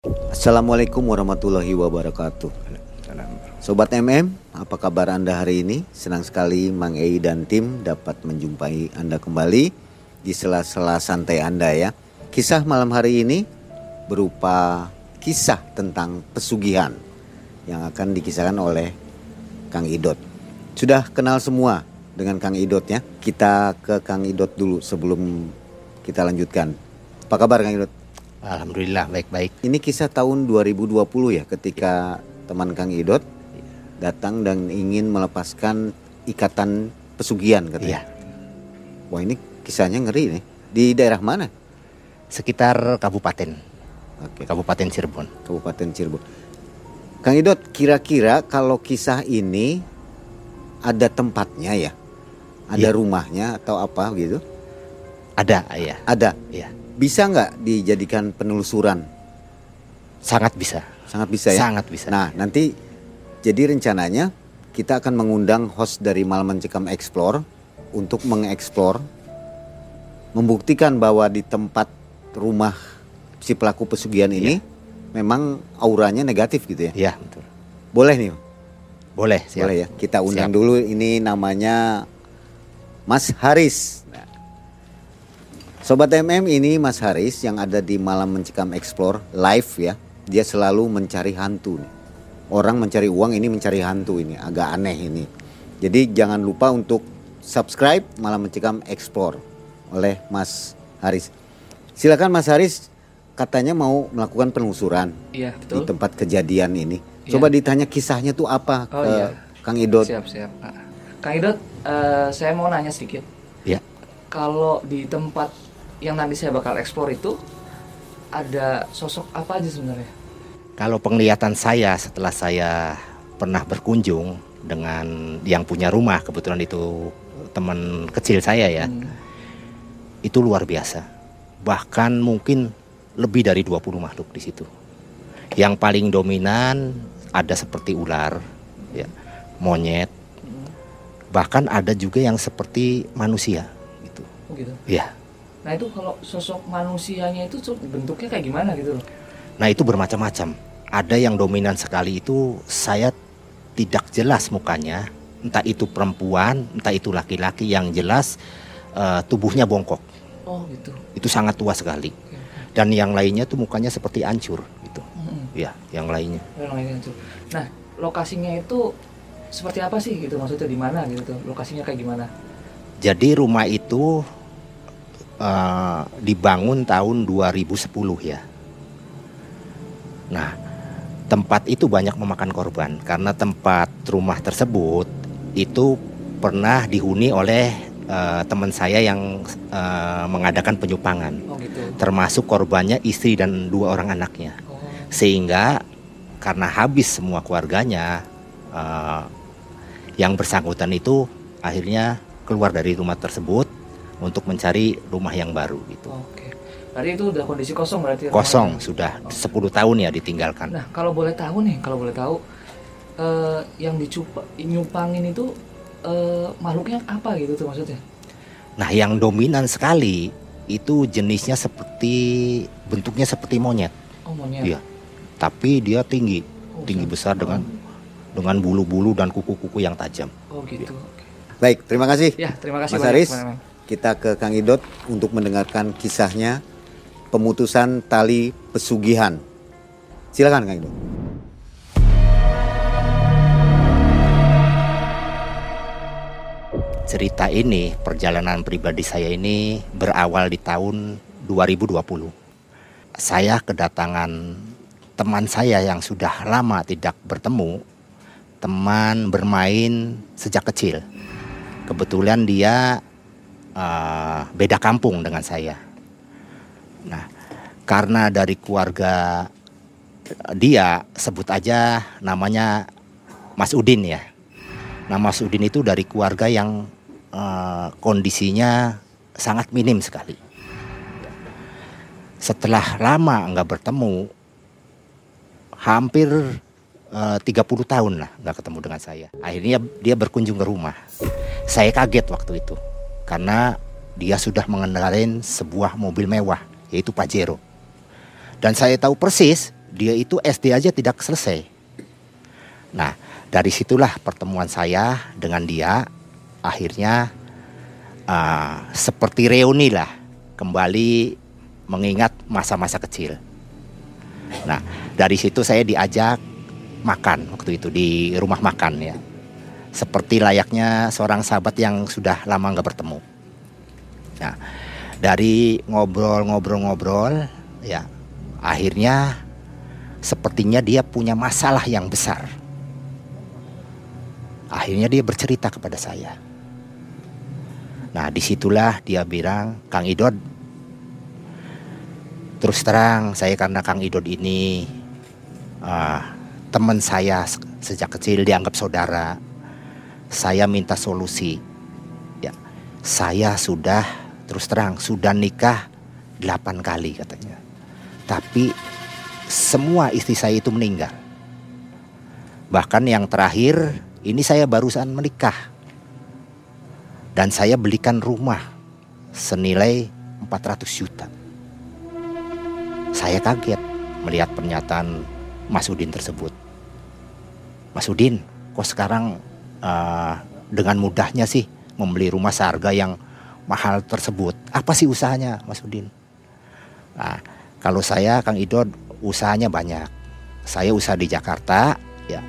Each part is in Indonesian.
Assalamualaikum warahmatullahi wabarakatuh. Sobat MM, apa kabar Anda hari ini? Senang sekali Mang Ei dan tim dapat menjumpai Anda kembali di sela-sela santai Anda ya. Kisah malam hari ini berupa kisah tentang pesugihan yang akan dikisahkan oleh Kang Idot. Sudah kenal semua dengan Kang Idot ya. Kita ke Kang Idot dulu sebelum kita lanjutkan. Apa kabar Kang Idot? Alhamdulillah baik-baik. Ini kisah tahun 2020 ya, ketika teman Kang Idot datang dan ingin melepaskan ikatan pesugihan katanya. Iya. Wah, ini kisahnya ngeri nih. Di daerah mana? Sekitar kabupaten. Oke. Kabupaten Cirebon. Kabupaten Cirebon. Kang Idot, kira-kira kalau kisah ini ada tempatnya ya? Ada Iya. rumahnya atau apa gitu? Ada, ya. Ada. Iya. Bisa nggak dijadikan penelusuran? Sangat bisa. Sangat bisa ya? Sangat bisa. Nah, nanti jadi rencananya kita akan mengundang host dari Malam Mencekam Explore untuk mengeksplor, membuktikan bahwa di tempat rumah si pelaku pesugihan ini memang auranya negatif gitu ya. Iya, betul. Boleh nih? Boleh, siap. Boleh ya. Kita undang Siap. dulu, ini namanya Mas Haris. Nah, Sobat MM, ini Mas Haris yang ada di Malam Mencekam Explore live ya. Dia selalu mencari hantu nih. Orang mencari uang, ini mencari hantu, ini agak aneh ini. Jadi jangan lupa untuk subscribe Malam Mencekam Explore oleh Mas Haris. Silakan Mas Haris, katanya mau melakukan penelusuran Iya, di betul. tempat kejadian ini. Iya. Coba ditanya kisahnya tuh apa Oh, ke iya. Kang Idot. Siap. Kang Idot, saya mau nanya sedikit. Ya. Kalau di tempat yang nanti saya bakal eksplor itu ada sosok apa aja sebenarnya? Kalau penglihatan saya setelah saya pernah berkunjung dengan yang punya rumah, kebetulan itu teman kecil saya ya. Itu luar biasa. Bahkan mungkin lebih dari 20 makhluk di situ. Yang paling dominan ada seperti ular, ya, monyet. Bahkan ada juga yang seperti manusia gitu. Oh gitu. Ya. Nah itu kalau sosok manusianya itu bentuknya kayak gimana gitu loh? Nah, itu bermacam-macam. Ada yang dominan sekali itu saya tidak jelas mukanya, entah itu perempuan, entah itu laki-laki, yang jelas tubuhnya bongkok. Oh gitu. Itu sangat tua sekali. Oke. Dan yang lainnya tuh mukanya seperti hancur gitu. Mm-mm. Ya, yang lainnya. Yang lainnya tuh. Nah lokasinya itu seperti apa sih gitu, maksudnya di mana gitu tuh? Lokasinya kayak gimana? Jadi rumah itu dibangun tahun 2010 ya. Nah, tempat itu banyak memakan korban karena tempat rumah tersebut itu pernah dihuni oleh teman saya yang mengadakan penyupangan. Oh gitu. Termasuk korbannya istri dan 2 orang anaknya. Oh. Sehingga karena habis semua keluarganya, yang bersangkutan itu akhirnya keluar dari rumah tersebut untuk mencari rumah yang baru gitu. Oke. Berarti itu udah kondisi kosong berarti? Kosong rumahnya? sudah 10 tahun ya ditinggalkan. Nah kalau boleh tahu yang nyupangin itu makhluknya apa gitu tuh maksudnya? Nah, yang dominan sekali itu jenisnya bentuknya seperti monyet. Oh monyet. Iya. Tapi dia tinggi besar. besar dengan bulu-bulu dan kuku-kuku yang tajam. Oh gitu. Oke. Baik, terima kasih. Ya terima kasih Mas banyak, Haris. teman-teman. Kita ke Kang Idot untuk mendengarkan kisahnya pemutusan tali pesugihan. Silakan Kang Idot. Cerita ini, perjalanan pribadi saya ini berawal di tahun 2020. Saya kedatangan teman saya yang sudah lama tidak bertemu, teman bermain sejak kecil. Kebetulan dia beda kampung dengan saya. Nah, karena dari keluarga dia, sebut aja namanya Mas Udin ya. Nah, Mas Udin itu dari keluarga yang kondisinya sangat minim sekali. Setelah lama nggak bertemu, hampir 30 tahun lah nggak ketemu dengan saya. Akhirnya dia berkunjung ke rumah. Saya kaget waktu itu karena dia sudah mengendarai sebuah mobil mewah, yaitu Pajero. Dan saya tahu persis dia itu SD aja tidak selesai. Nah, dari situlah pertemuan saya dengan dia. Akhirnya seperti reuni lah, kembali mengingat masa-masa kecil. Nah, dari situ saya diajak makan waktu itu di rumah makan ya. Seperti layaknya seorang sahabat yang sudah lama nggak bertemu. Nah, dari ngobrol-ngobrol ya, akhirnya sepertinya dia punya masalah yang besar. Akhirnya dia bercerita kepada saya. Nah, disitulah dia bilang, Kang Idod, terus terang saya karena Kang Idod ini teman saya sejak kecil, dianggap saudara. Saya minta solusi. Ya, saya sudah terus terang sudah nikah 8 kali katanya. Tapi semua istri saya itu meninggal. Bahkan yang terakhir ini saya barusan menikah. Dan saya belikan rumah senilai 400 juta. Saya kaget melihat pernyataan Mas Udin tersebut. Mas Udin, kok sekarang dengan mudahnya sih membeli rumah seharga yang mahal tersebut? Apa sih usahanya, Mas Udin? Nah, kalau saya, Kang Idod, usahanya banyak. Saya usaha di Jakarta, ya,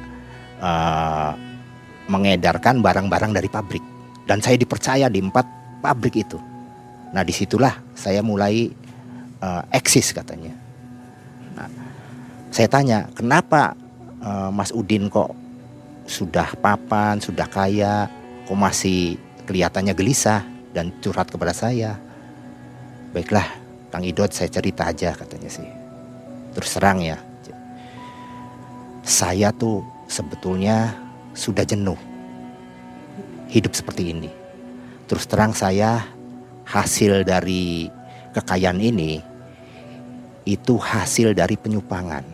mengedarkan barang-barang dari pabrik. Dan saya dipercaya di 4 pabrik itu. Nah, disitulah saya mulai eksis katanya. Nah, saya tanya, kenapa Mas Udin kok sudah papan, sudah kaya, kok masih kelihatannya gelisah dan curhat kepada saya? Baiklah, Kang Idod, saya cerita aja katanya sih. Terus terang ya, saya tuh sebetulnya sudah jenuh hidup seperti ini. Terus terang saya, hasil dari kekayaan ini itu hasil dari penyupangan.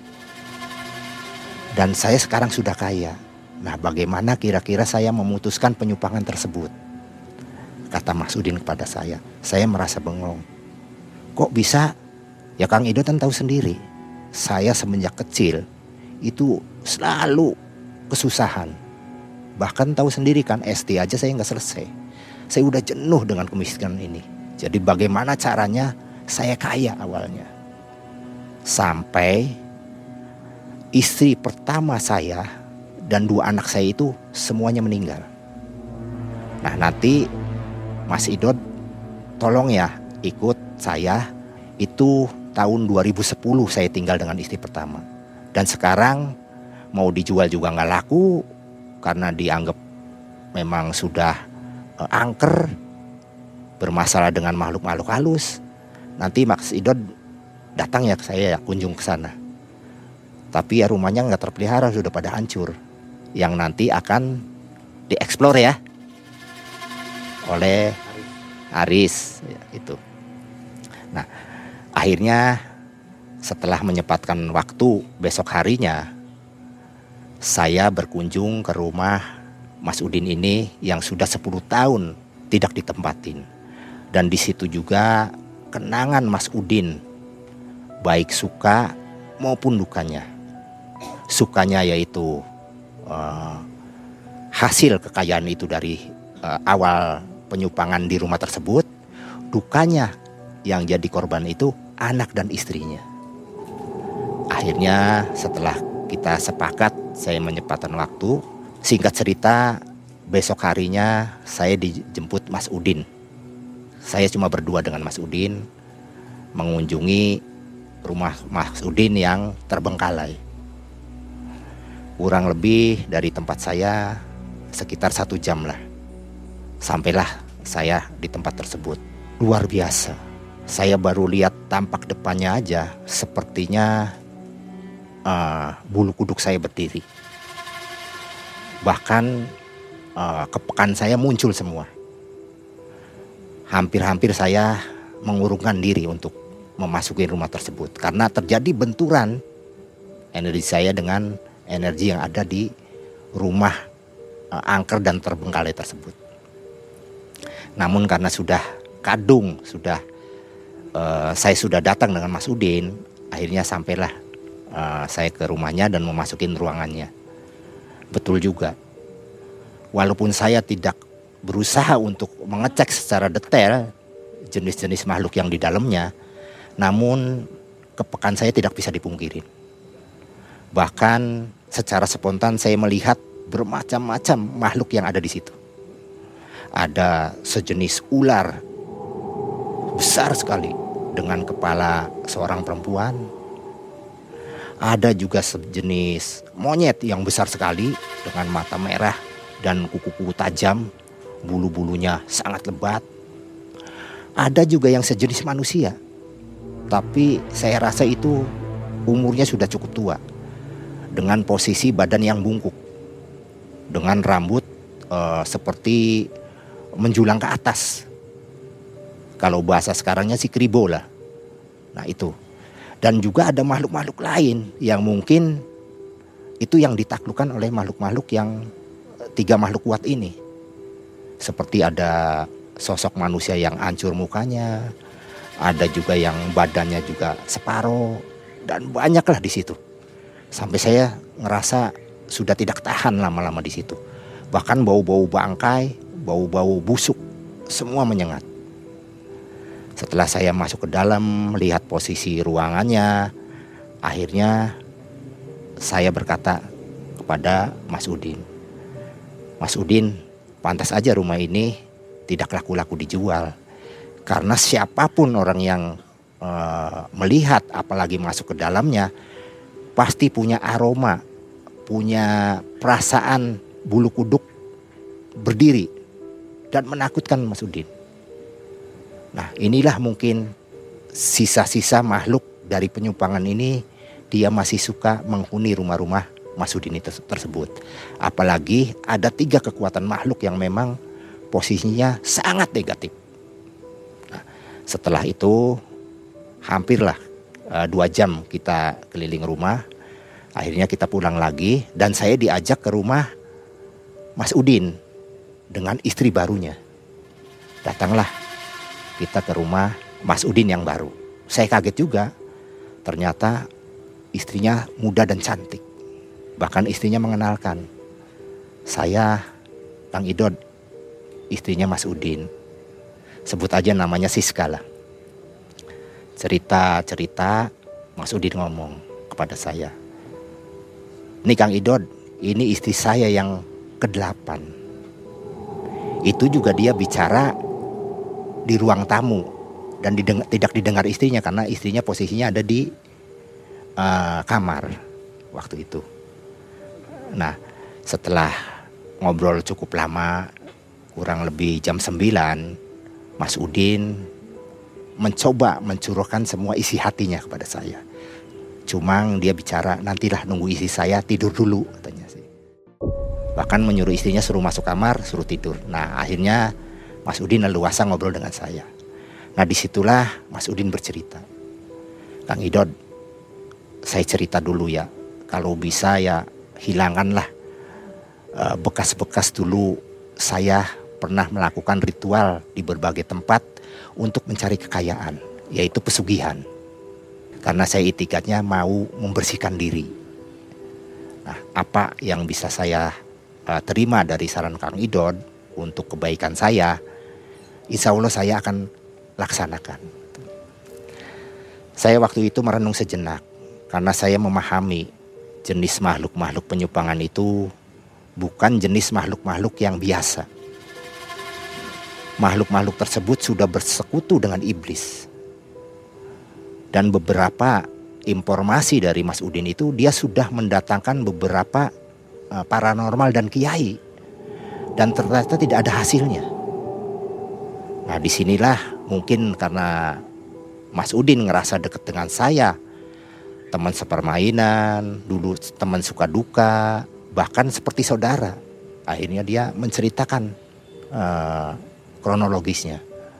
Dan saya sekarang sudah kaya. Nah, bagaimana kira-kira saya memutuskan penyupangan tersebut? Kata Mas Udin kepada saya. Saya merasa bengong. Kok bisa? Ya Kang Idod kan tahu sendiri. Saya semenjak kecil itu selalu kesusahan. Bahkan tahu sendiri kan, SD aja saya nggak selesai. Saya udah jenuh dengan kemiskinan ini. Jadi bagaimana caranya saya kaya awalnya? Sampai istri pertama saya dan 2 anak saya itu semuanya meninggal. Nah, nanti Mas Idod tolong ya ikut saya. Itu tahun 2010 saya tinggal dengan istri pertama. Dan sekarang mau dijual juga nggak laku, karena dianggap memang sudah angker, bermasalah dengan makhluk-makhluk halus. Nanti Mas Idod datang ya ke saya, kunjung ke sana. Tapi ya rumahnya nggak terpelihara, sudah pada hancur. Yang nanti akan dieksplor ya oleh Aris ya, itu. Nah, akhirnya setelah menyempatkan waktu besok harinya, saya berkunjung ke rumah Mas Udin ini yang sudah 10 tahun tidak ditempatin. Dan di situ juga kenangan Mas Udin, baik suka maupun dukanya. Sukanya yaitu hasil kekayaan itu dari awal penyupangan di rumah tersebut. Dukanya yang jadi korban itu anak dan istrinya. Akhirnya setelah kita sepakat, saya menyempatkan waktu. Singkat cerita, besok harinya saya dijemput Mas Udin. Saya cuma berdua dengan Mas Udin mengunjungi rumah Mas Udin yang terbengkalai. Kurang lebih dari tempat saya sekitar 1 jam lah. Sampailah saya di tempat tersebut. Luar biasa. Saya baru lihat tampak depannya aja sepertinya bulu kuduk saya berdiri. Bahkan kepekaan saya muncul semua. Hampir-hampir saya mengurungkan diri untuk memasuki rumah tersebut. Karena terjadi benturan energi saya dengan energi yang ada di rumah angker dan terbengkalai tersebut. Namun karena sudah kadung, saya sudah datang dengan Mas Udin, akhirnya sampailah Saya ke rumahnya dan memasukin ruangannya. Betul juga. Walaupun saya tidak berusaha untuk mengecek secara detail jenis-jenis makhluk yang di dalamnya, namun kepekaan saya tidak bisa dipungkirin. Bahkan secara spontan saya melihat bermacam-macam makhluk yang ada di situ. Ada sejenis ular besar sekali dengan kepala seorang perempuan. Ada juga sejenis monyet yang besar sekali dengan mata merah dan kuku-kuku tajam, bulu-bulunya sangat lebat. Ada juga yang sejenis manusia, tapi saya rasa itu umurnya sudah cukup tua, dengan posisi badan yang bungkuk, dengan rambut seperti menjulang ke atas. Kalau bahasa sekarangnya sih kribo lah. Nah itu. Dan juga ada makhluk-makhluk lain yang mungkin itu yang ditaklukkan oleh makhluk-makhluk yang 3 makhluk kuat ini. Seperti ada sosok manusia yang hancur mukanya, ada juga yang badannya juga separuh, dan banyaklah di situ. Sampai saya ngerasa sudah tidak tahan lama-lama di situ. Bahkan bau-bau bangkai, bau-bau busuk, semua menyengat. Setelah saya masuk ke dalam, melihat posisi ruangannya, akhirnya saya berkata kepada Mas Udin, Mas Udin, pantas aja rumah ini tidak laku-laku dijual. Karena siapapun orang yang melihat, apalagi masuk ke dalamnya, pasti punya aroma, punya perasaan bulu kuduk berdiri dan menakutkan Mas Udin. Nah inilah mungkin sisa-sisa makhluk dari penyumpangan ini, dia masih suka menghuni rumah-rumah Mas Udin tersebut. Apalagi ada 3 kekuatan makhluk yang memang posisinya sangat negatif. Nah, setelah itu hampirlah 2 jam kita keliling rumah. Akhirnya kita pulang lagi dan saya diajak ke rumah Mas Udin dengan istri barunya. Datanglah kita ke rumah Mas Udin yang baru. Saya kaget juga. Ternyata istrinya muda dan cantik. Bahkan istrinya mengenalkan, saya Kang Idod, istrinya Mas Udin. Sebut aja namanya Siska lah. Cerita-cerita Mas Udin ngomong kepada saya, "Nih Kang Idod, ini istri saya yang ke-8. Itu juga dia bicara di ruang tamu dan tidak didengar istrinya karena istrinya posisinya ada di kamar waktu itu." Nah, setelah ngobrol cukup lama, kurang lebih jam 9, Mas Udin mencoba mencurahkan semua isi hatinya kepada saya. Cuma dia bicara, nantilah nunggu istri saya tidur dulu katanya sih. Bahkan menyuruh istrinya suruh masuk kamar, suruh tidur. Nah, akhirnya Mas Udin leluasa ngobrol dengan saya. Nah disitulah Mas Udin bercerita, "Kang Idod, saya cerita dulu ya. Kalau bisa ya hilanganlah bekas-bekas dulu saya pernah melakukan ritual di berbagai tempat untuk mencari kekayaan, yaitu pesugihan. Karena saya itikadnya mau membersihkan diri. Nah, apa yang bisa saya terima dari saran Kang Idod untuk kebaikan saya, insya Allah saya akan laksanakan." Saya waktu itu merenung sejenak karena saya memahami jenis makhluk-makhluk penyumpangan itu bukan jenis makhluk-makhluk yang biasa. Makhluk-makhluk tersebut sudah bersekutu dengan iblis. Dan beberapa informasi dari Mas Udin itu dia sudah mendatangkan beberapa paranormal dan kiai. Dan ternyata tidak ada hasilnya. Nah disinilah mungkin karena Mas Udin ngerasa dekat dengan saya, teman sepermainan, dulu teman suka duka, bahkan seperti saudara. Akhirnya dia menceritakan kronologisnya.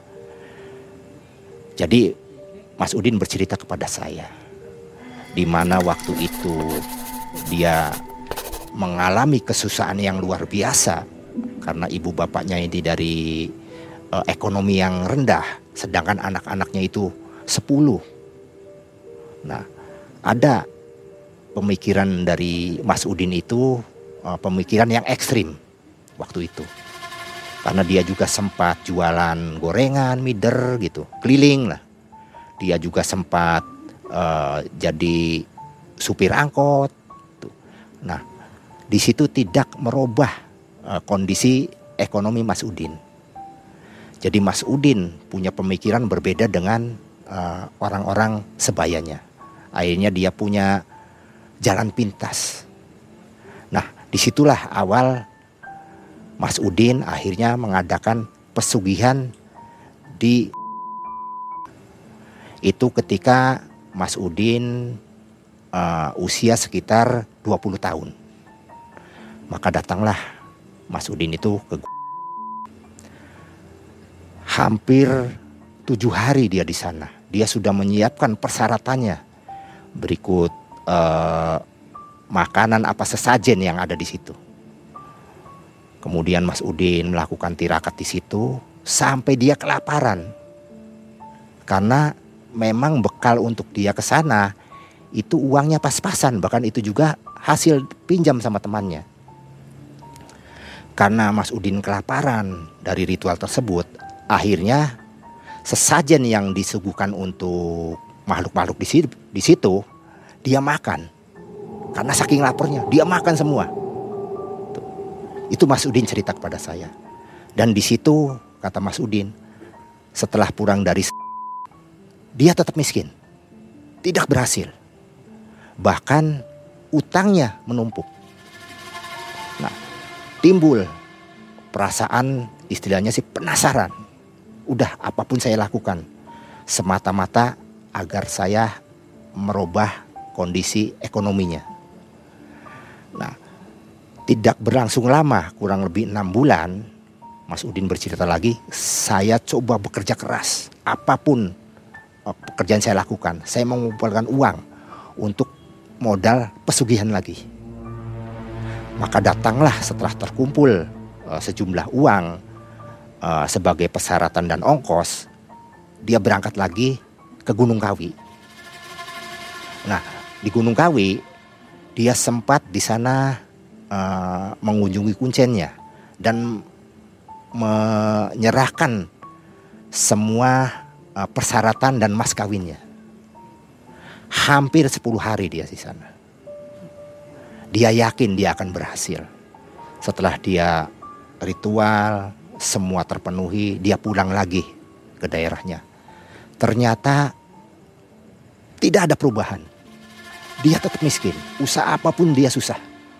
Jadi Mas Udin bercerita kepada saya, di mana waktu itu dia mengalami kesusahan yang luar biasa karena ibu bapaknya ini dari ekonomi yang rendah, sedangkan anak-anaknya itu 10. Nah, ada pemikiran dari Mas Udin itu pemikiran yang ekstrim waktu itu. Karena dia juga sempat jualan gorengan, mider gitu, keliling lah. Dia juga sempat jadi supir angkot. Nah, di situ tidak merubah kondisi ekonomi Mas Udin. Jadi Mas Udin punya pemikiran berbeda dengan orang-orang sebayanya. Akhirnya dia punya jalan pintas. Nah, disitulah awal Mas Udin akhirnya mengadakan pesugihan di itu ketika Mas Udin usia sekitar 20 tahun. Maka datanglah Mas Udin itu ke hampir 7 hari dia di sana. Dia sudah menyiapkan persyaratannya berikut makanan apa sesajen yang ada di situ. Kemudian Mas Udin melakukan tirakat di situ sampai dia kelaparan. Karena memang bekal untuk dia ke sana itu uangnya pas-pasan, bahkan itu juga hasil pinjam sama temannya. Karena Mas Udin kelaparan dari ritual tersebut, akhirnya sesajen yang disuguhkan untuk makhluk-makhluk di situ dia makan. Karena saking laparnya, dia makan semua. Itu Mas Udin cerita kepada saya. Dan di situ kata Mas Udin, setelah pulang dari dia tetap miskin. Tidak berhasil. Bahkan utangnya menumpuk. Nah, timbul perasaan istilahnya sih penasaran. Udah apapun saya lakukan semata-mata agar saya merubah kondisi ekonominya. Nah, tidak berlangsung lama, kurang lebih 6 bulan, Mas Udin bercerita lagi, saya coba bekerja keras, apapun pekerjaan saya lakukan, saya mengumpulkan uang untuk modal pesugihan lagi. Maka datanglah setelah terkumpul sejumlah uang sebagai persyaratan dan ongkos, dia berangkat lagi ke Gunung Kawi. Nah, di Gunung Kawi dia sempat di sana mengunjungi kuncennya dan menyerahkan semua persyaratan dan mas kawinnya. Hampir 10 hari dia di sana. Dia yakin dia akan berhasil. Setelah dia ritual semua terpenuhi, dia pulang lagi ke daerahnya. Ternyata tidak ada perubahan. Dia tetap miskin, usaha apapun dia susah.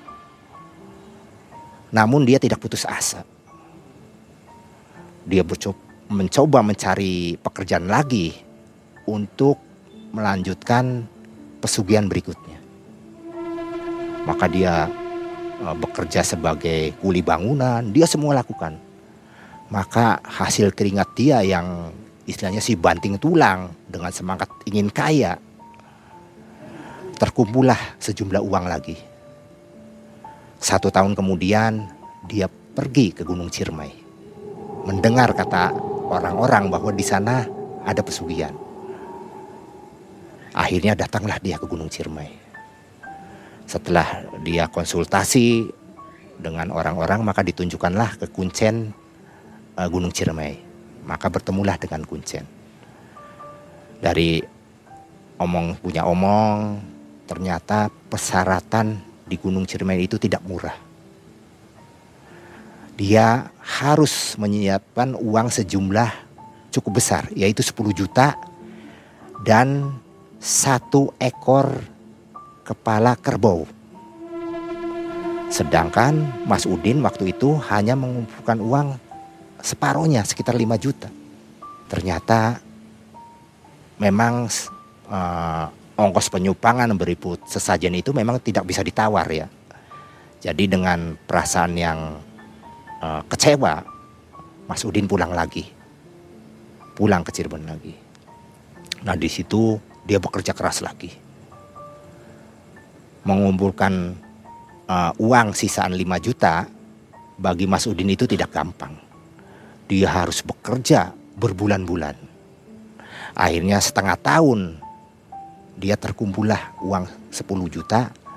Namun dia tidak putus asa. Dia mencoba mencari pekerjaan lagi untuk melanjutkan pesugihan berikutnya. Maka dia bekerja sebagai kuli bangunan, dia semua lakukan. Maka hasil keringat dia yang istilahnya sih banting tulang dengan semangat ingin kaya, terkumpullah sejumlah uang lagi. 1 tahun kemudian dia pergi ke Gunung Ciremai, mendengar kata orang-orang bahwa di sana ada pesugihan. Akhirnya datanglah dia ke Gunung Ciremai. Setelah dia konsultasi dengan orang-orang, maka ditunjukkanlah ke kuncen Gunung Ciremai. Maka bertemulah dengan kuncen. Dari punya omong, ternyata persyaratan di Gunung Ciremai itu tidak murah. Dia harus menyiapkan uang sejumlah cukup besar, yaitu 10 juta dan 1 ekor kepala kerbau. Sedangkan Mas Udin waktu itu hanya mengumpulkan uang separohnya, sekitar 5 juta. Ternyata memang ongkos penyupangan berikut sesajen itu memang tidak bisa ditawar ya. Jadi dengan perasaan yang kecewa, Mas Udin pulang ke Cirebon lagi. Nah, di situ dia bekerja keras lagi, mengumpulkan uang sisaan 5 juta. Bagi Mas Udin itu tidak gampang. Dia harus bekerja berbulan-bulan. Akhirnya setengah tahun dia terkumpullah uang 10 juta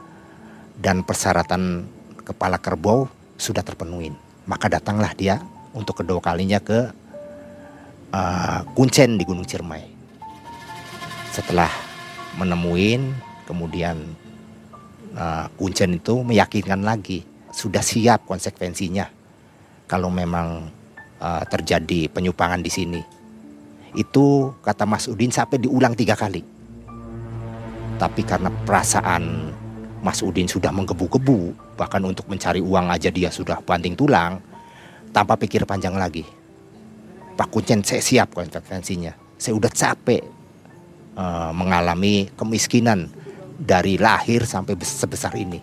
dan persyaratan kepala kerbau sudah terpenuhi. Maka datanglah dia untuk kedua kalinya ke Kuncen di Gunung Ciremai. Setelah menemuin, kemudian Kuncen itu meyakinkan lagi sudah siap konsekuensinya kalau memang terjadi penyupangan di sini. Itu kata Mas Udin sampai diulang 3 kali. Tapi karena perasaan Mas Udin sudah menggebu-gebu, bahkan untuk mencari uang aja dia sudah banting tulang, tanpa pikir panjang lagi. Pak Kuncen, saya siap konsekuensinya. Saya udah capek mengalami kemiskinan dari lahir sampai sebesar ini.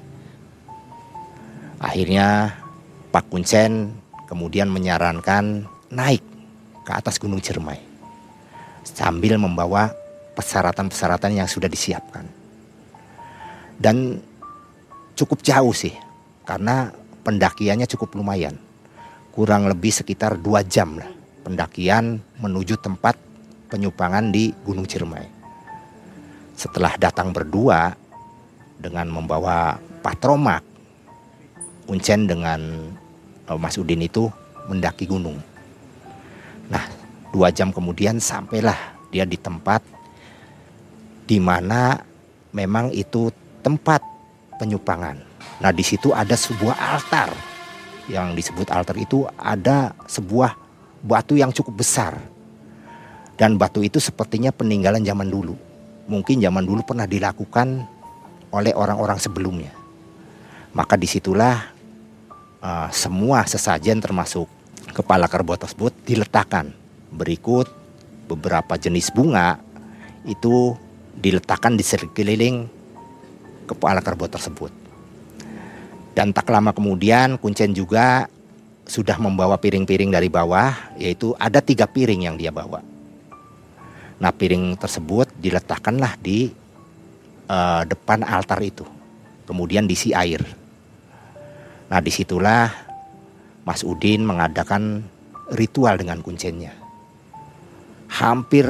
Akhirnya Pak Kuncen kemudian menyarankan naik ke atas Gunung Ciremai sambil membawa persyaratan-persyaratan yang sudah disiapkan. Dan cukup jauh sih, karena pendakiannya cukup lumayan. Kurang lebih sekitar 2 jam lah pendakian menuju tempat penyupangan di Gunung Ciremai. Setelah datang berdua dengan membawa patromak, Kuncen dengan Mas Udin itu mendaki gunung. Nah, 2 jam kemudian sampailah dia di tempat di mana memang itu tempat penyupangan. Nah, di situ ada sebuah altar. Yang disebut altar itu ada sebuah batu yang cukup besar. Dan batu itu sepertinya peninggalan zaman dulu. Mungkin zaman dulu pernah dilakukan oleh orang-orang sebelumnya. Maka disitulah semua sesajen termasuk kepala kerbau tersebut diletakkan. Berikut beberapa jenis bunga itu diletakkan di sekeliling kepala kerbau tersebut. Dan tak lama kemudian Kuncen juga sudah membawa piring-piring dari bawah, yaitu ada 3 piring yang dia bawa. Nah, piring tersebut diletakkanlah di depan altar itu, kemudian diisi air. Nah, disitulah Mas Udin mengadakan ritual dengan Kuncennya. Hampir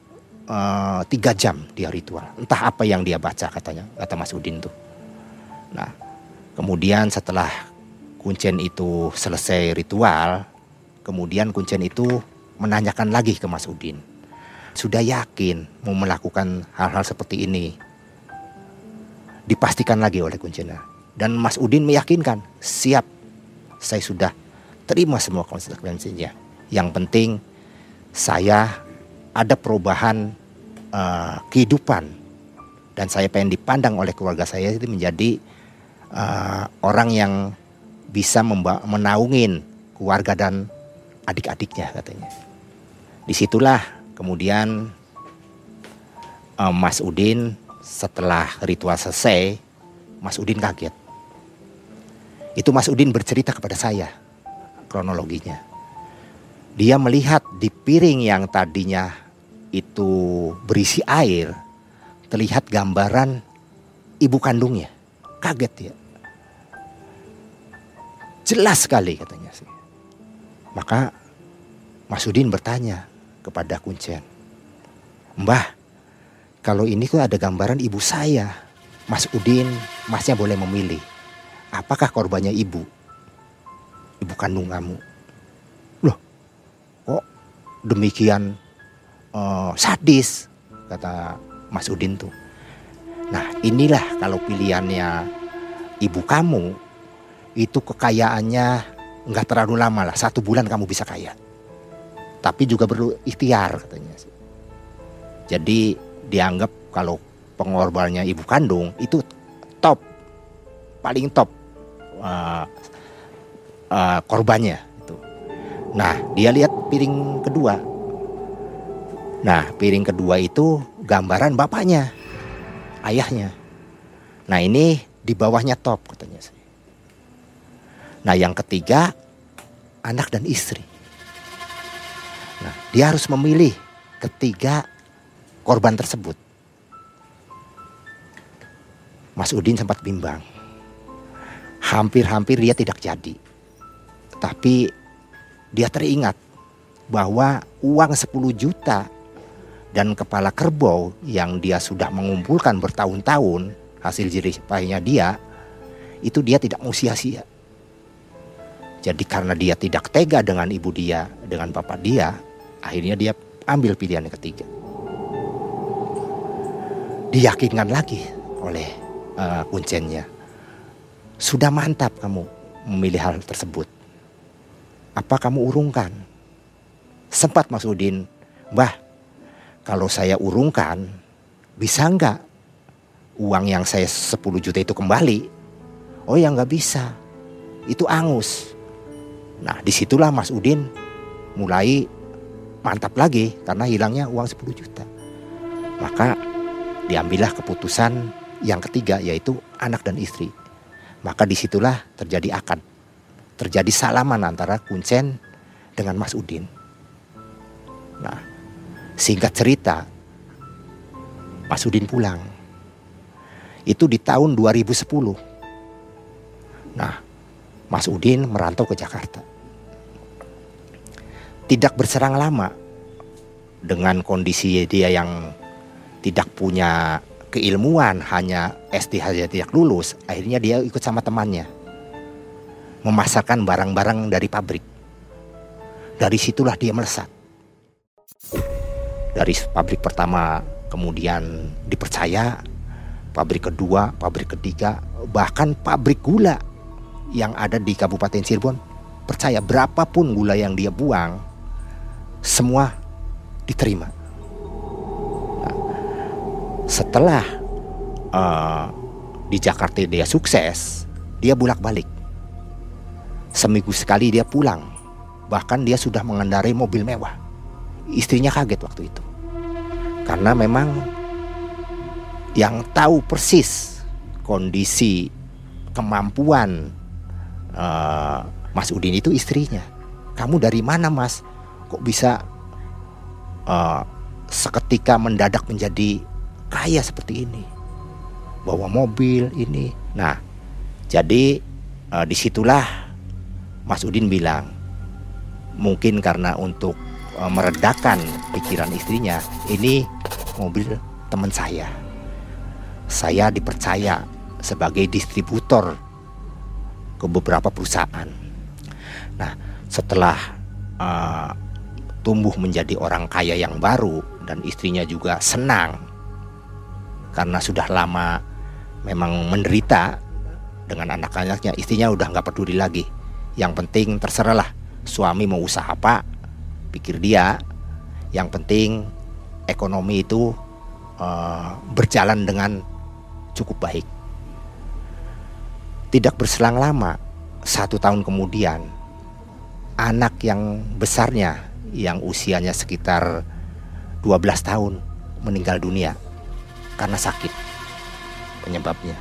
3 jam dia ritual. Entah apa yang dia baca katanya, kata Mas Udin tuh. Nah, kemudian setelah Kuncen itu selesai ritual, kemudian Kuncen itu menanyakan lagi ke Mas Udin. Sudah yakin mau melakukan hal-hal seperti ini? Dipastikan lagi oleh Kuncen. Dan Mas Udin meyakinkan, siap, saya sudah terima semua konsekuensinya. Yang penting saya ada perubahan kehidupan. Dan saya pengen dipandang oleh keluarga saya itu menjadi orang yang bisa menaungin keluarga dan adik-adiknya katanya. Disitulah kemudian Mas Udin setelah ritual selesai, Mas Udin kaget. Itu Mas Udin bercerita kepada saya kronologinya. Dia melihat di piring yang tadinya itu berisi air, terlihat gambaran ibu kandungnya. Kaget dia. Jelas sekali katanya sih. Maka Mas Udin bertanya kepada Kuncen, Mbah, kalau ini kok ada gambaran ibu saya. Mas Udin, masnya boleh memilih. Apakah korbannya ibu kandung kamu? Loh, kok demikian sadis, kata Mas Udin tuh. Nah, inilah kalau pilihannya ibu kamu, itu kekayaannya nggak terlalu lama lah, 1 bulan kamu bisa kaya. Tapi juga perlu ikhtiar katanya. Jadi dianggap kalau pengorbanannya ibu kandung itu top, paling top korbannya itu. Nah, dia lihat piring kedua. Nah, piring kedua itu gambaran bapaknya, ayahnya. Nah, ini di bawahnya top katanya. Nah, yang ketiga anak dan istri. Nah, dia harus memilih ketiga korban tersebut. Mas Udin sempat bimbang. Hampir-hampir dia tidak jadi. Tapi dia teringat bahwa uang 10 juta dan kepala kerbau yang dia sudah mengumpulkan bertahun-tahun hasil jerih payahnya dia, itu dia tidak mau sia-sia. Jadi karena dia tidak tega dengan ibu dia, dengan bapak dia, akhirnya dia ambil pilihan yang ketiga. Diyakinkan lagi oleh kuncennya. Sudah mantap kamu memilih hal tersebut. Apa kamu urungkan? Sempat Mas Udin, Mbah, kalau saya urungkan, bisa enggak uang yang saya 10 juta itu kembali? Oh ya enggak bisa, itu angus. Nah disitulah Mas Udin mulai mantap lagi karena hilangnya uang 10 juta. Maka diambillah keputusan yang ketiga, yaitu anak dan istri. Maka disitulah terjadi akad, terjadi salaman antara Kuncen dengan Mas Udin. Nah, singkat cerita, Mas Udin pulang. Itu di tahun 2010. Nah, Mas Udin merantau ke Jakarta. Tidak berserang lama, dengan kondisi dia yang tidak punya keilmuan, hanya SD saja tidak lulus, akhirnya dia ikut sama temannya memasarkan barang-barang dari pabrik. Dari situlah dia melesat. Dari pabrik pertama kemudian dipercaya, pabrik kedua, pabrik ketiga, bahkan pabrik gula yang ada di Kabupaten Cirebon percaya berapapun gula yang dia buang, semua diterima. Setelah di Jakarta dia sukses, dia bolak-balik. Seminggu sekali dia pulang. Bahkan dia sudah mengendarai mobil mewah. Istrinya kaget waktu itu. Karena memang yang tahu persis kondisi kemampuan Mas Udin itu istrinya. Kamu dari mana, Mas? Kok bisa seketika mendadak menjadi kaya seperti ini, bawa mobil ini. Nah, jadi disitulah Mas Udin bilang, mungkin karena untuk meredakan pikiran istrinya, ini mobil teman saya. Saya dipercaya sebagai distributor ke beberapa perusahaan. Nah, setelah tumbuh menjadi orang kaya yang baru dan istrinya juga senang karena sudah lama memang menderita dengan anak-anaknya, istrinya udah gak peduli lagi. Yang penting terserahlah suami mau usaha apa, pikir dia. Yang penting ekonomi itu berjalan dengan cukup baik. Tidak berselang lama, 1 tahun kemudian, anak yang besarnya yang usianya sekitar 12 tahun meninggal dunia karena sakit penyebabnya.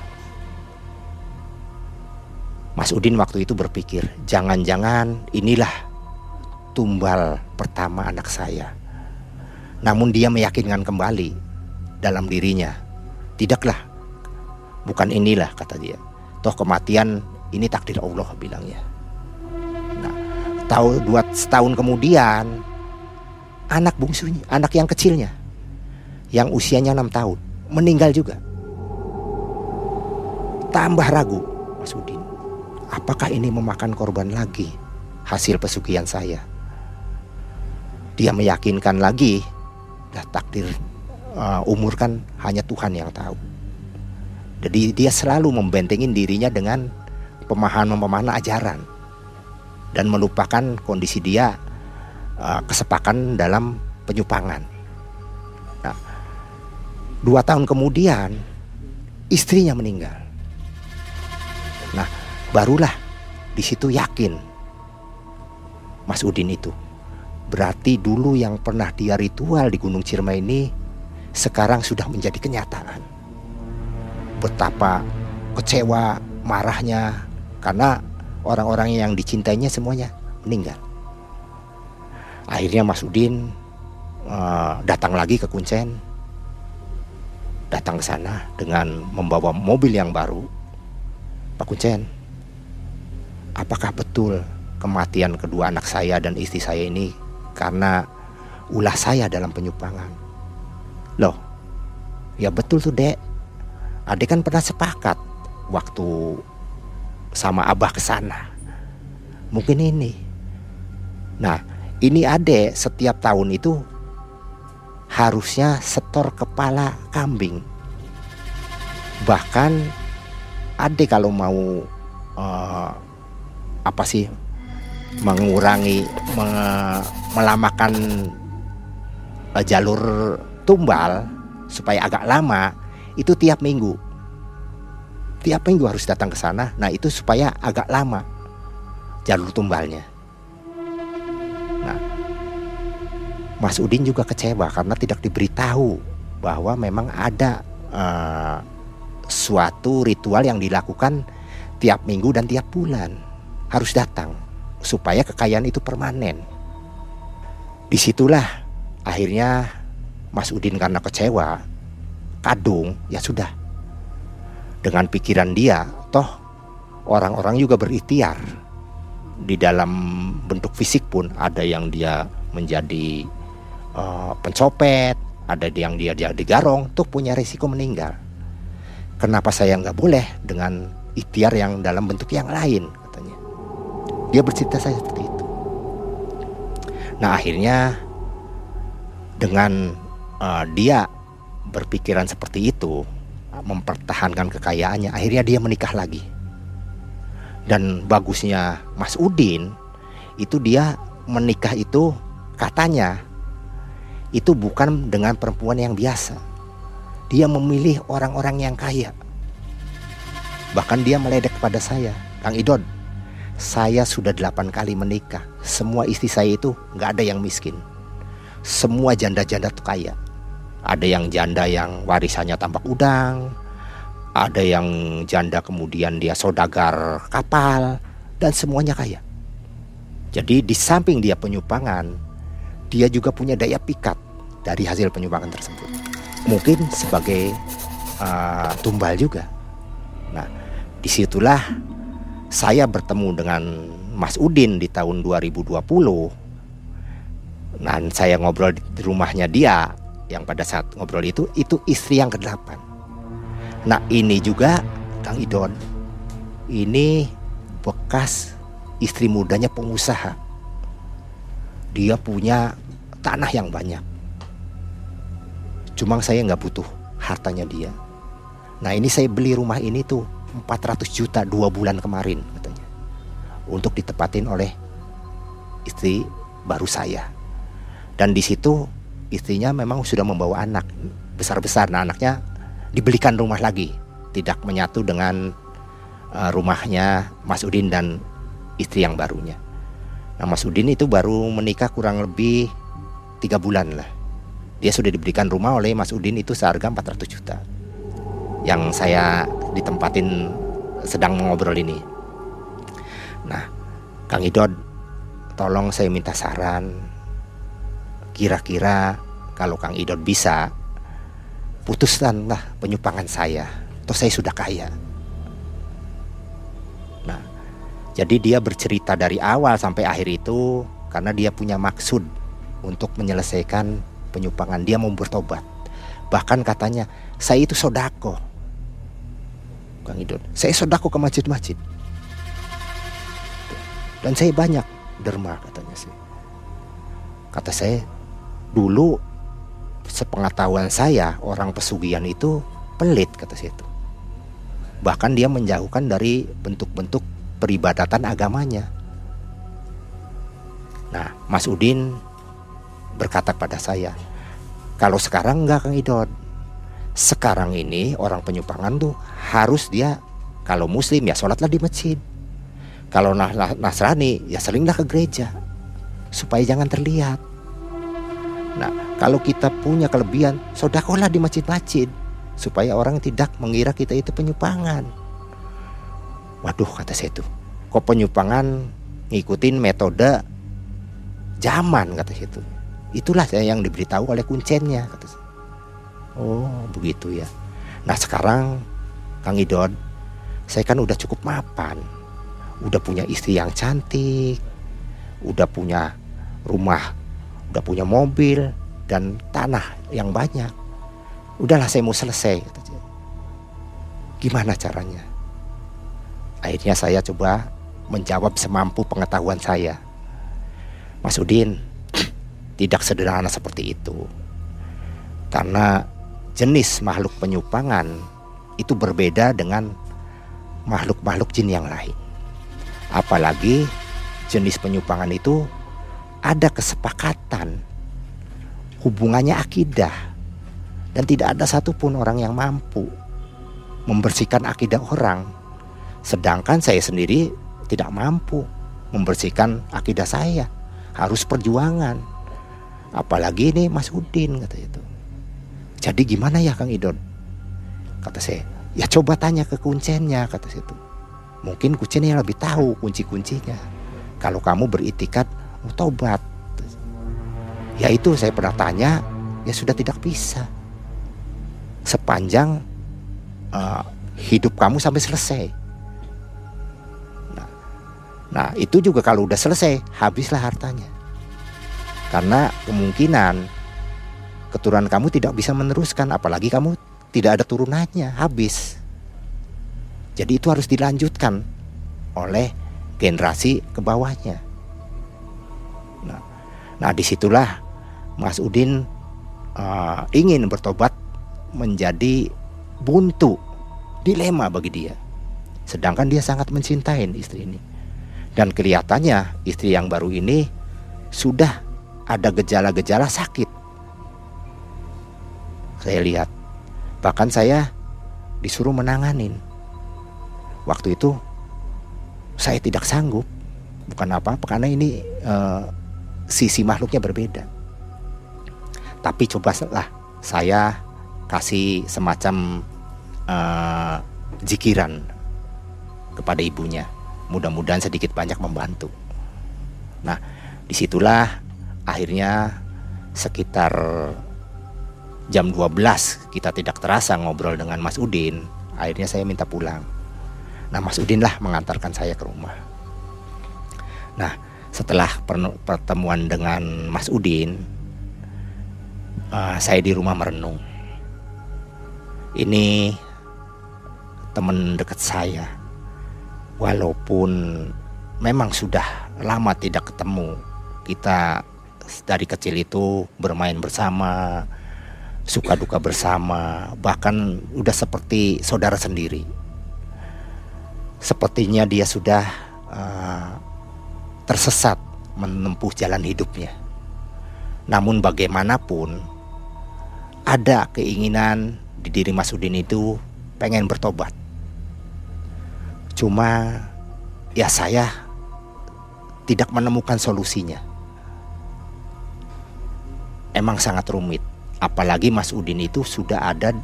Mas Udin waktu itu berpikir, jangan-jangan inilah tumbal pertama anak saya. Namun dia meyakinkan kembali dalam dirinya, tidaklah, bukan inilah, kata dia. Toh kematian ini takdir Allah, bilangnya. Nah, setahun kemudian, anak bungsunya, anak yang kecilnya, yang usianya 6 tahun, meninggal juga. Tambah ragu Mas Udin, apakah ini memakan korban lagi hasil pesugihan saya? Dia meyakinkan lagi, takdir umur kan hanya Tuhan yang tahu. Jadi dia selalu membentengin dirinya dengan pemahaman ajaran dan melupakan kondisi dia kesepakan dalam penyupangan. Nah, 2 tahun kemudian istrinya meninggal. Nah, barulah di situ yakin Mas Udin itu. Berarti dulu yang pernah dia ritual di Gunung Ciremai ini sekarang sudah menjadi kenyataan. Betapa kecewa, marahnya karena orang-orang yang dicintainya semuanya meninggal. Akhirnya Mas Udin datang lagi ke Kuncen, datang ke sana dengan membawa mobil yang baru. Pak Kuncen, apakah betul kematian kedua anak saya dan istri saya ini karena ulah saya dalam penyupangan? Loh, ya betul tuh, Dek. Adek kan pernah sepakat waktu sama abah ke sana. Mungkin ini. Nah, ini adek setiap tahun itu harusnya setor kepala kambing. Bahkan adek kalau mau mengurangi, melamakan jalur tumbal supaya agak lama, itu tiap minggu harus datang ke sana. Nah, itu supaya agak lama jalur tumbalnya. Nah, Mas Udin juga kecewa karena tidak diberitahu bahwa memang ada suatu ritual yang dilakukan tiap minggu dan tiap bulan harus datang supaya kekayaan itu permanen. Disitulah akhirnya Mas Udin karena kecewa, kadung, ya sudah. Dengan pikiran dia, toh orang-orang juga berikhtiar. Di dalam bentuk fisik pun ada yang dia menjadi pencopet, ada yang dia jadi garong, tuh punya risiko meninggal. Kenapa saya nggak boleh dengan ikhtiar yang dalam bentuk yang lain, katanya. Dia bercerita saya seperti itu. Nah, akhirnya dengan dia berpikiran seperti itu, mempertahankan kekayaannya, akhirnya dia menikah lagi. Dan bagusnya Mas Udin itu, dia menikah itu katanya itu bukan dengan perempuan yang biasa. Dia memilih orang-orang yang kaya. Bahkan dia meledek kepada saya, Kang Idod, saya sudah 8 kali menikah, semua istri saya itu gak ada yang miskin. Semua janda-janda tuh kaya. Ada yang janda yang warisannya tambak udang, ada yang janda kemudian dia saudagar kapal, dan semuanya kaya. Jadi di samping dia penyumpangan, dia juga punya daya pikat dari hasil penyumpangan tersebut. Mungkin sebagai tumbal juga. Nah, disitulah saya bertemu dengan Mas Udin di tahun 2020. Dan saya ngobrol di rumahnya dia, yang pada saat ngobrol itu istri yang ke-8. Nah, ini juga Kang Idon, ini bekas istri mudanya pengusaha. Dia punya tanah yang banyak. Cuma saya nggak butuh hartanya dia. Nah, ini saya beli rumah ini tuh 400 juta 2 bulan kemarin katanya, untuk ditepatin oleh istri baru saya. Dan di situ istrinya memang sudah membawa anak besar-besar. Nah, anaknya dibelikan rumah lagi, tidak menyatu dengan rumahnya Mas Udin dan istri yang barunya. Nah, Mas Udin itu baru menikah kurang lebih 3 bulan lah. Dia sudah diberikan rumah oleh Mas Udin itu seharga 400 juta. Yang saya ditempatin sedang mengobrol ini. Nah, Kang Idod, tolong saya minta saran. Kira-kira kalau Kang Idod bisa, putuskanlah penyumpangan saya. Toh saya sudah kaya. Nah, jadi dia bercerita dari awal sampai akhir itu karena dia punya maksud untuk menyelesaikan penyumpangan. Dia mau bertobat. Bahkan katanya, saya itu sodako, Kang Idod. Saya sodako ke masjid-masjid. Dan saya banyak derma, katanya sih. Kata saya, dulu sepengetahuan saya orang pesugihan itu pelit, kata saya itu. Bahkan dia menjauhkan dari bentuk-bentuk peribadatan agamanya. Nah, Mas Udin berkata pada saya, kalau sekarang enggak, Kang Idod. Sekarang ini orang penyumpangan tuh harus dia, kalau muslim ya sholatlah di masjid. Kalau Nasrani ya seringlah ke gereja supaya jangan terlihat. Nah, kalau kita punya kelebihan, sodakohlah di masjid-masjid supaya orang tidak mengira kita itu penyumpangan. Waduh, kata saya itu, kok penyumpangan ngikutin metode zaman, kata saya itu. Itulah saya yang diberitahu oleh kuncennya, kata saya. Oh, begitu ya. Nah, sekarang Kang Idod, saya kan udah cukup mapan, udah punya istri yang cantik, udah punya rumah, udah punya mobil dan tanah yang banyak. Udahlah, saya mau selesai, kata saya. Gimana caranya? Akhirnya Akhirnya saya coba menjawab semampu pengetahuan saya. Mas Udin, tidak sederhana seperti itu. Karena jenis makhluk penyupangan itu berbeda dengan makhluk-makhluk jin yang lain. Apalagi jenis penyupangan itu ada kesepakatan, hubungannya akidah, dan tidak ada satupun orang yang mampu membersihkan akidah orang. Sedangkan saya sendiri tidak mampu membersihkan akidah saya, harus perjuangan. Apalagi ini Mas Udin, kata itu. Jadi gimana ya Kang Idon? Kata saya, ya coba tanya ke kuncennya, kata situ. Mungkin kuncennya lebih tahu kunci-kuncinya. Kalau kamu beritikat mau tobat. Ya itu saya pernah tanya, ya sudah tidak bisa. Sepanjang hidup kamu sampai selesai. Nah itu juga kalau udah selesai, habislah hartanya. Karena kemungkinan keturunan kamu tidak bisa meneruskan, apalagi kamu tidak ada turunannya, habis. Jadi itu harus dilanjutkan oleh generasi ke bawahnya. Nah disitulah Mas Udin ingin bertobat menjadi buntu, dilema bagi dia. Sedangkan dia sangat mencintai istri ini. Dan kelihatannya istri yang baru ini sudah ada gejala-gejala sakit. Saya lihat, bahkan saya disuruh menanganin. Waktu itu saya tidak sanggup. Bukan apa-apa, karena ini sisi makhluknya berbeda. Tapi cobalah saya kasih semacam zikiran kepada ibunya. Mudah-mudahan sedikit banyak membantu. Nah, disitulah akhirnya sekitar jam 12 kita tidak terasa ngobrol dengan Mas Udin. Akhirnya saya minta pulang. Nah, Mas Udin lah mengantarkan saya ke rumah. Nah, setelah pertemuan dengan Mas Udin, saya di rumah merenung. Ini teman dekat saya. Walaupun memang sudah lama tidak ketemu, kita dari kecil itu bermain bersama, suka duka bersama, bahkan udah seperti saudara sendiri. Sepertinya dia sudah tersesat menempuh jalan hidupnya. Namun bagaimanapun ada keinginan di diri Mas Udin itu pengen bertobat. Cuma ya saya tidak menemukan solusinya. Emang sangat rumit. Apalagi Mas Udin itu sudah ada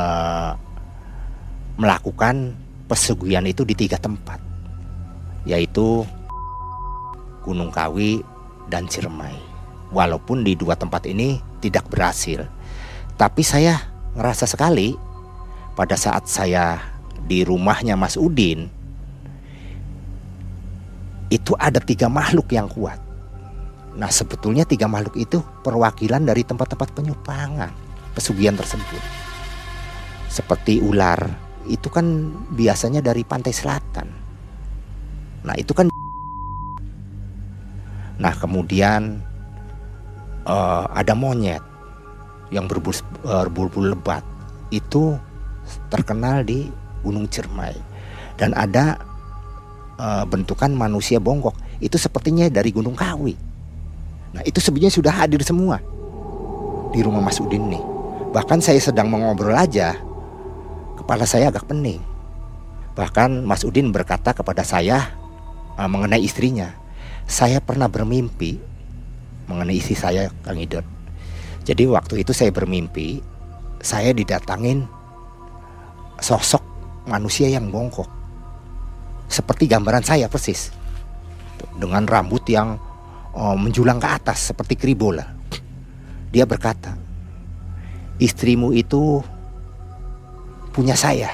melakukan pesugihan itu di 3 tempat, yaitu Gunung Kawi dan Ciremai. Walaupun di 2 tempat ini tidak berhasil, tapi saya ngerasa sekali pada saat saya di rumahnya Mas Udin, itu ada 3 makhluk yang kuat. Nah sebetulnya 3 makhluk itu perwakilan dari tempat-tempat penyupangan, pesugihan tersebut. Seperti ular, itu kan biasanya dari pantai selatan. Nah itu kan. Nah kemudian ada monyet yang berbulu lebat, itu terkenal di Gunung Ciremai. Dan ada bentukan manusia bongkok, itu sepertinya dari Gunung Kawi. Nah itu sebenarnya sudah hadir semua di rumah Mas Udin nih. Bahkan saya sedang mengobrol aja, kepala saya agak pening. Bahkan Mas Udin berkata kepada saya mengenai istrinya. Saya pernah bermimpi mengenai istri saya, Kang Idon. Jadi waktu itu saya bermimpi, saya didatangin sosok manusia yang bongkok, seperti gambaran saya persis, dengan rambut yang menjulang ke atas seperti kribola. Dia berkata, istrimu itu punya saya,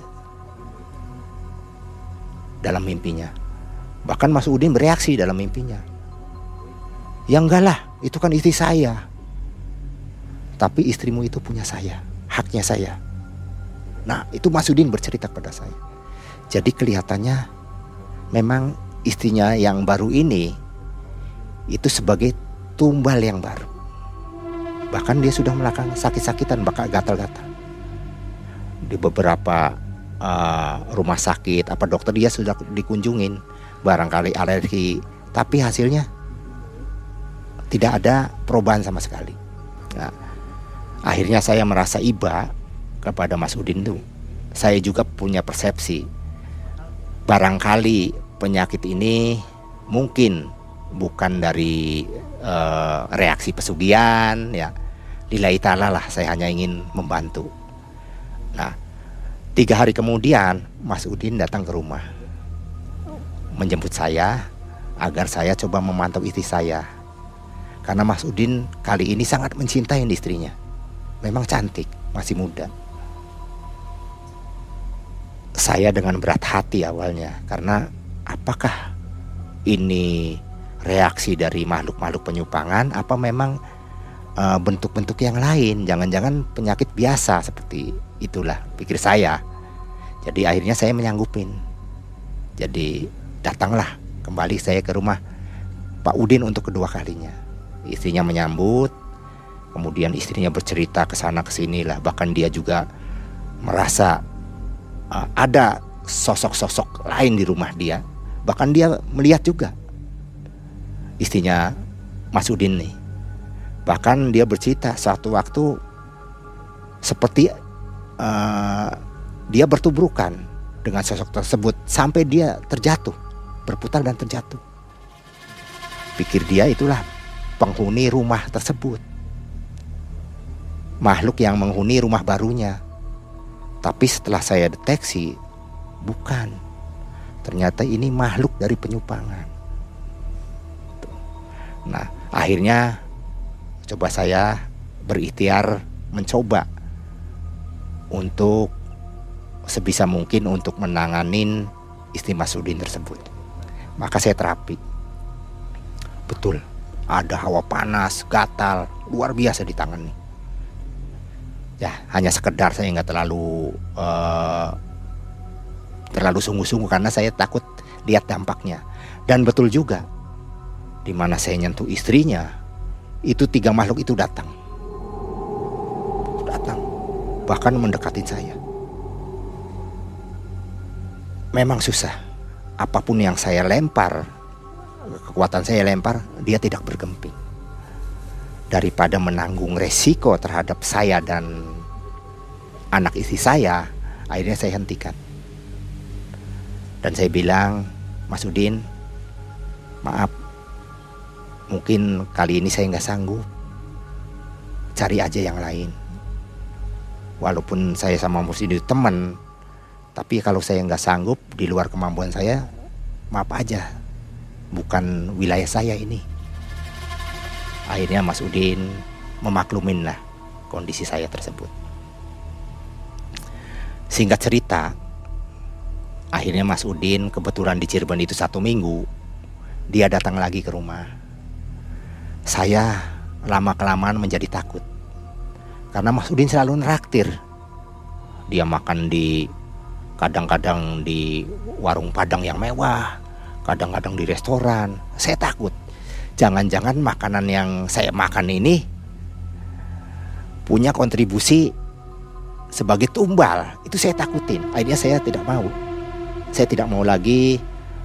dalam mimpinya. Bahkan Mas Udin bereaksi dalam mimpinya, ya enggak lah, itu kan istri saya. Tapi istrimu itu punya saya, haknya saya. Nah itu Mas Udin bercerita kepada saya. Jadi kelihatannya memang istrinya yang baru ini itu sebagai tumbal yang baru. Bahkan dia sudah melakukan sakit-sakitan, bakal gatal-gatal. Di beberapa rumah sakit, dokter dia sudah dikunjungin, barangkali alergi, tapi hasilnya tidak ada perubahan sama sekali. Nah, akhirnya saya merasa iba kepada Mas Udin tuh. Saya juga punya persepsi, barangkali penyakit ini mungkin bukan dari reaksi pesugihan, ya. Lillahi ta'ala lah, saya hanya ingin membantu. Nah, 3 hari kemudian Mas Udin datang ke rumah, menjemput saya agar saya coba memantau istri saya. Karena Mas Udin kali ini sangat mencintai istrinya. Memang cantik, masih muda. Saya dengan berat hati awalnya, karena apakah ini reaksi dari makhluk-makhluk penyupangan, apa memang bentuk-bentuk yang lain, jangan-jangan penyakit biasa seperti itulah, pikir saya. Jadi akhirnya saya menyanggupin. Jadi datanglah kembali saya ke rumah Pak Udin untuk kedua kalinya. Istrinya menyambut, kemudian istrinya bercerita ke sana ke sini lah, bahkan dia juga merasa ada sosok-sosok lain di rumah dia. Bahkan dia melihat juga istrinya Mas Udin nih. Bahkan dia bercerita suatu waktu seperti dia bertubrukan dengan sosok tersebut sampai dia terjatuh, berputar dan terjatuh. Pikir dia itulah penghuni rumah tersebut, makhluk yang menghuni rumah barunya. Tapi setelah saya deteksi, bukan. Ternyata ini makhluk dari penyupangan. Nah, akhirnya coba saya berikhtiar mencoba untuk sebisa mungkin untuk menanganin istri Mas Udin tersebut. Maka saya terapi. Betul, ada hawa panas, gatal, luar biasa di tangan nih. Ya, hanya sekedar saya nggak terlalu sungguh-sungguh karena saya takut lihat dampaknya. Dan betul juga, di mana saya nyentuh istrinya, itu 3 makhluk itu datang, bahkan mendekatin saya. Memang susah. Apapun yang saya lempar, kekuatan saya lempar, dia tidak bergeming. Daripada menanggung resiko terhadap saya dan anak istri saya, akhirnya saya hentikan. Dan saya bilang, Mas Udin, maaf, mungkin kali ini saya nggak sanggup. Cari aja yang lain. Walaupun saya sama Mas Udin teman, tapi kalau saya nggak sanggup di luar kemampuan saya, maaf aja, bukan wilayah saya ini. Akhirnya Mas Udin memaklumin lah kondisi saya tersebut. Singkat cerita, akhirnya Mas Udin kebetulan di Cirebon itu 1 minggu, dia datang lagi ke rumah. Saya lama-kelamaan menjadi takut, karena Mas Udin selalu neraktir. Dia makan kadang-kadang di warung Padang yang mewah, kadang-kadang di restoran. Saya takut, jangan-jangan makanan yang saya makan ini punya kontribusi sebagai tumbal. Itu saya takutin. Akhirnya saya tidak mau. Saya tidak mau lagi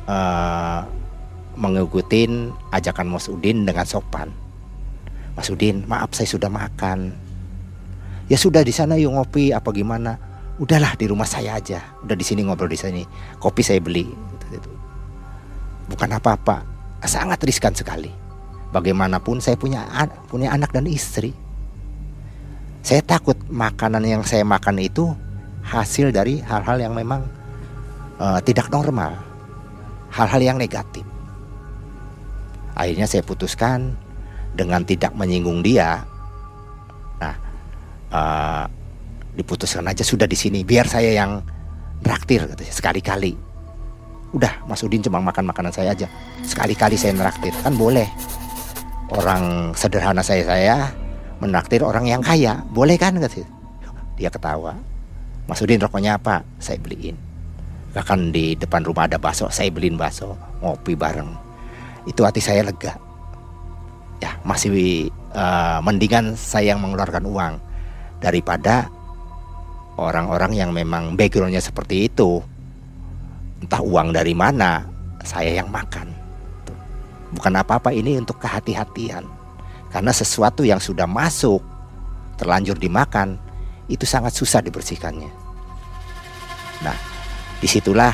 mengikuti ajakan Mas Udin dengan sopan. Mas Udin, maaf saya sudah makan. Ya sudah, di sana yuk ngopi apa gimana. Udahlah di rumah saya aja. Udah di sini ngobrol di sini. Kopi saya beli. Bukan apa-apa. Sangat riskan sekali. Bagaimanapun saya punya anak dan istri. Saya takut makanan yang saya makan itu hasil dari hal-hal yang memang tidak normal, hal-hal yang negatif. Akhirnya saya putuskan dengan tidak menyinggung dia. Nah, diputuskan aja sudah di sini, biar saya yang traktir katanya, sekali-kali. Udah, Mas Udin cuma makan makanan saya aja, sekali-kali saya traktir, kan boleh. Orang sederhana saya menraktir orang yang kaya, boleh kan? Dia ketawa. Mas Udin rokoknya apa? Saya beliin. Bahkan di depan rumah ada bakso, saya beliin bakso, ngopi bareng. Itu hati saya lega. Ya, masih mendingan saya yang mengeluarkan uang daripada orang-orang yang memang backgroundnya seperti itu. Entah uang dari mana, saya yang makan. Bukan apa-apa, ini untuk kehati-hatian. Karena sesuatu yang sudah masuk, terlanjur dimakan, itu sangat susah dibersihkannya. Nah, disitulah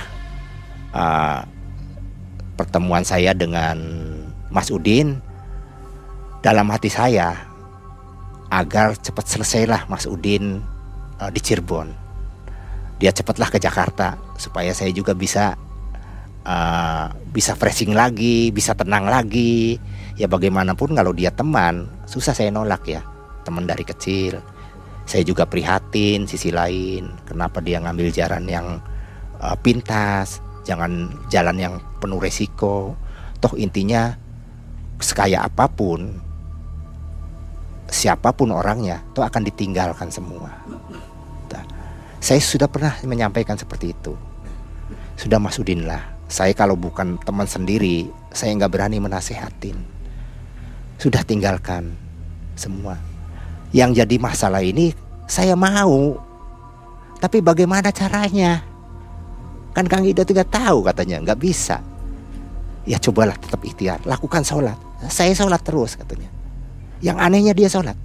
pertemuan saya dengan Mas Udin. Dalam hati saya, agar cepat selesailah Mas Udin di Cirebon. Dia cepatlah ke Jakarta supaya saya juga bisa freshing lagi, bisa tenang lagi. Ya bagaimanapun kalau dia teman, susah saya nolak ya. Teman dari kecil. Saya juga prihatin sisi lain, kenapa dia ngambil jalan yang pintas, jangan jalan yang penuh resiko. Toh intinya sekaya apapun, siapapun orangnya, toh akan ditinggalkan semua. Saya sudah pernah menyampaikan seperti itu. Sudah Mas Udin lah, saya kalau bukan teman sendiri, saya nggak berani menasehatin. Sudah tinggalkan semua. Yang jadi masalah ini saya mau, tapi bagaimana caranya? Kan Kang Ida juga tahu katanya nggak bisa. Ya cobalah tetap ikhtiar, lakukan sholat. Saya sholat terus katanya. Yang anehnya dia sholat.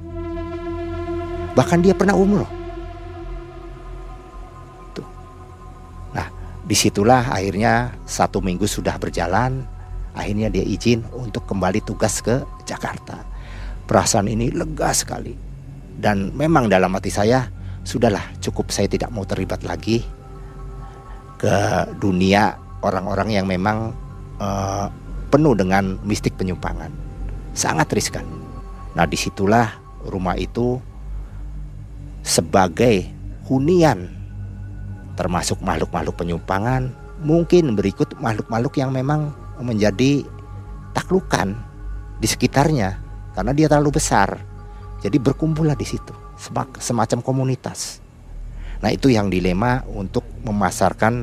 Bahkan dia pernah umroh. Tuh. Nah, disitulah akhirnya 1 minggu sudah berjalan. Akhirnya dia izin untuk kembali tugas ke Jakarta. Perasaan ini lega sekali. Dan memang dalam hati saya, sudahlah cukup, saya tidak mau terlibat lagi ke dunia orang-orang yang memang penuh dengan mistik penyimpangan. Sangat riskan. Nah disitulah rumah itu sebagai hunian termasuk makhluk-makhluk penyimpangan, mungkin berikut makhluk-makhluk yang memang menjadi taklukan di sekitarnya karena dia terlalu besar. Jadi berkumpullah di situ semacam komunitas. Nah itu yang dilema untuk memasarkan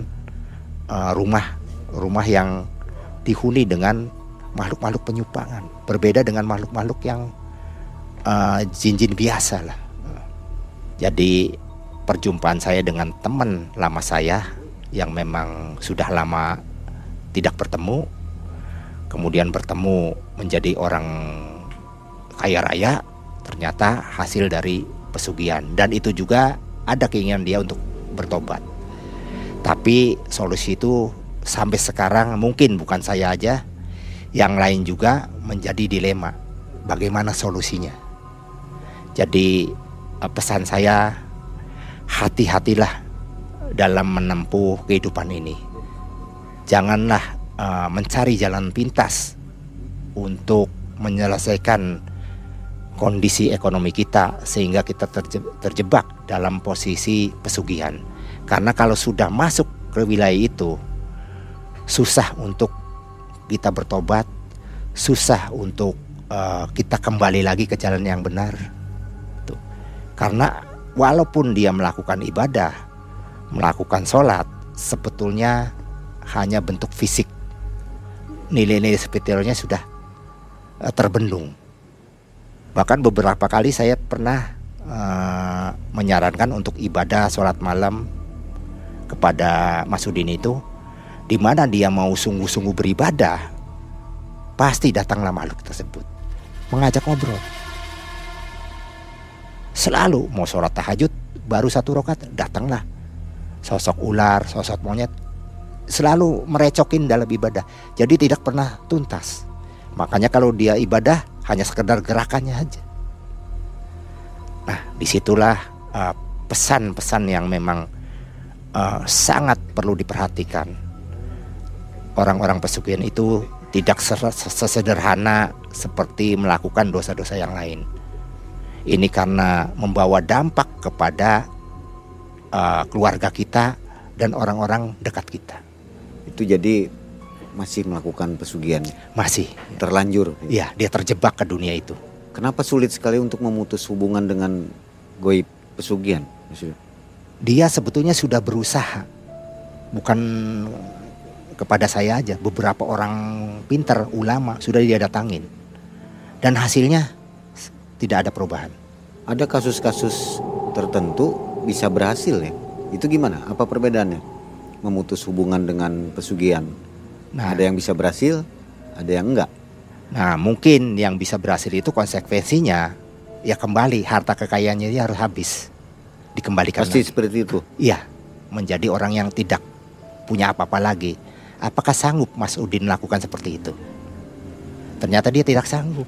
rumah yang dihuni dengan makhluk-makhluk penyimpangan. Berbeda dengan makhluk-makhluk yang jin-jin biasa lah. Jadi perjumpaan saya dengan teman lama saya yang memang sudah lama tidak bertemu, kemudian bertemu menjadi orang kaya raya, ternyata hasil dari pesugihan. Dan itu juga ada keinginan dia untuk bertobat. Tapi solusi itu sampai sekarang mungkin bukan saya aja, yang lain juga menjadi dilema. Bagaimana solusinya? Jadi pesan saya, hati-hatilah dalam menempuh kehidupan ini. Janganlah mencari jalan pintas untuk menyelesaikan kondisi ekonomi kita sehingga kita terjebak dalam posisi pesugihan. Karena kalau sudah masuk ke wilayah itu, susah untuk kita bertobat, susah untuk kita kembali lagi ke jalan yang benar. Tuh. Karena walaupun dia melakukan ibadah, melakukan sholat, sebetulnya hanya bentuk fisik. Nilai-nilai spiritualnya sudah terbendung. Bahkan beberapa kali saya pernah menyarankan untuk ibadah sholat malam kepada Mas Udin itu, di mana dia mau sungguh-sungguh beribadah, pasti datanglah makhluk tersebut mengajak ngobrol. Selalu mau sholat tahajud baru 1 rakaat datanglah sosok ular, sosok monyet, selalu merecokin dalam ibadah. Jadi tidak pernah tuntas. Makanya kalau dia ibadah hanya sekedar gerakannya aja. Nah disitulah pesan-pesan yang memang sangat perlu diperhatikan. Orang-orang pesugihan itu tidak sesederhana seperti melakukan dosa-dosa yang lain. Ini karena membawa dampak kepada keluarga kita dan orang-orang dekat kita. Itu jadi masih melakukan pesugihan? Masih. Terlanjur? Iya, dia terjebak ke dunia itu. Kenapa sulit sekali untuk memutus hubungan dengan goib pesugihan? Dia sebetulnya sudah berusaha bukan kepada saya aja, beberapa orang pintar ulama sudah dia datangin dan hasilnya tidak ada perubahan. Ada kasus-kasus tertentu bisa berhasil ya. Itu gimana? Apa perbedaannya? Memutus hubungan dengan pesugihan. Nah, Ada yang bisa berhasil, ada yang enggak. nah mungkin yang bisa berhasil itu konsekuensinya ya kembali harta kekayaannya dia harus habis, dikembalikan Pasti lagi. seperti itu. Iya, menjadi orang yang tidak punya apa-apa lagi. Apakah sanggup Mas Udin melakukan seperti itu? Ternyata dia tidak sanggup.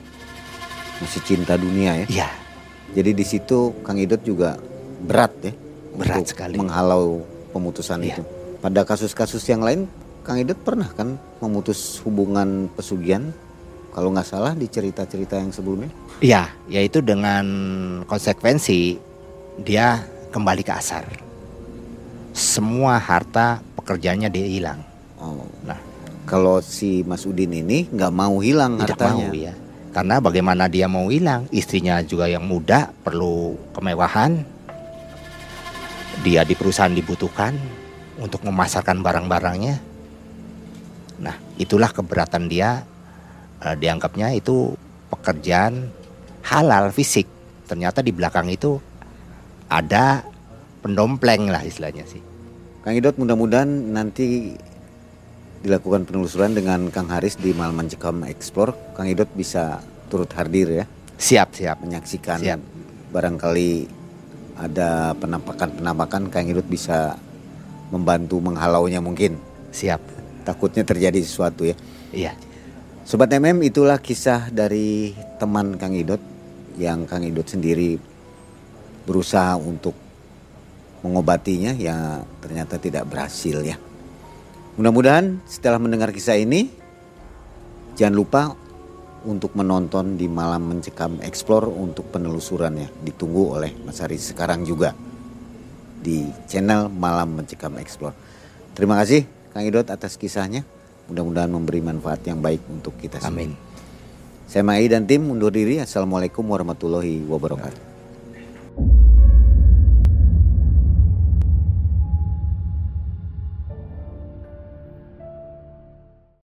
Masih cinta dunia ya. Iya, Jadi di situ Kang Idot juga berat ya. Berat untuk sekali. menghalau pemutusan Iya. itu. Pada kasus-kasus yang lain Kang Idot pernah kan memutus hubungan pesugihan? Kalau nggak salah di cerita-cerita yang sebelumnya. iya, yaitu dengan konsekuensi dia kembali ke asar. Semua harta pekerjaannya dia hilang. Oh. Nah, Kalau si Mas Udin ini nggak mau hilang tidak hartanya. mau ya. Karena bagaimana dia mau hilang? Istrinya juga yang muda, perlu kemewahan. Dia di perusahaan dibutuhkan untuk memasarkan barang-barangnya. Nah, itulah keberatan dia. Dianggapnya itu pekerjaan halal fisik. Ternyata di belakang itu ada pendompleng lah istilahnya sih. Kang Idot, mudah-mudahan nanti dilakukan penelusuran dengan Kang Haris di Malam Mencekam Explore. Kang Idot bisa turut hadir ya, Siap. menyaksikan. Siap. Barangkali ada penampakan-penampakan, Kang Idot bisa membantu menghalaunya mungkin. Siap. Takutnya terjadi sesuatu ya. Iya. Sobat MM, itulah kisah dari teman Kang Idot yang Kang Idot sendiri berusaha untuk mengobatinya, ya ternyata tidak berhasil ya. Mudah-mudahan setelah mendengar kisah ini, jangan lupa untuk menonton di Malam Mencekam Explore untuk penelusurannya. Ditunggu oleh Mas Haris sekarang juga di channel Malam Mencekam Explore. Terima kasih Kang Idot atas kisahnya. Mudah-mudahan memberi manfaat yang baik untuk kita semua. Amin. Saya Mai dan tim undur diri. Assalamualaikum warahmatullahi wabarakatuh.